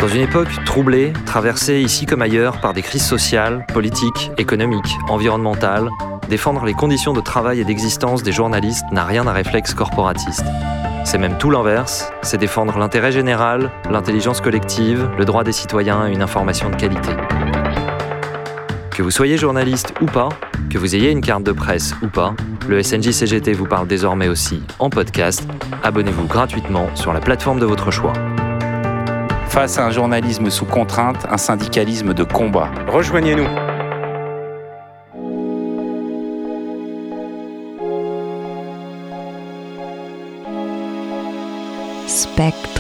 Dans une époque troublée, traversée ici comme ailleurs par des crises sociales, politiques, économiques, environnementales, défendre les conditions de travail et d'existence des journalistes n'a rien d'un réflexe corporatiste. C'est même tout l'inverse, c'est défendre l'intérêt général, l'intelligence collective, le droit des citoyens à une information de qualité. Que vous soyez journaliste ou pas, que vous ayez une carte de presse ou pas, le SNJ-CGT vous parle désormais aussi en podcast. Abonnez-vous gratuitement sur la plateforme de votre choix. Face à un journalisme sous contrainte, un syndicalisme de combat. Rejoignez-nous. Spectre.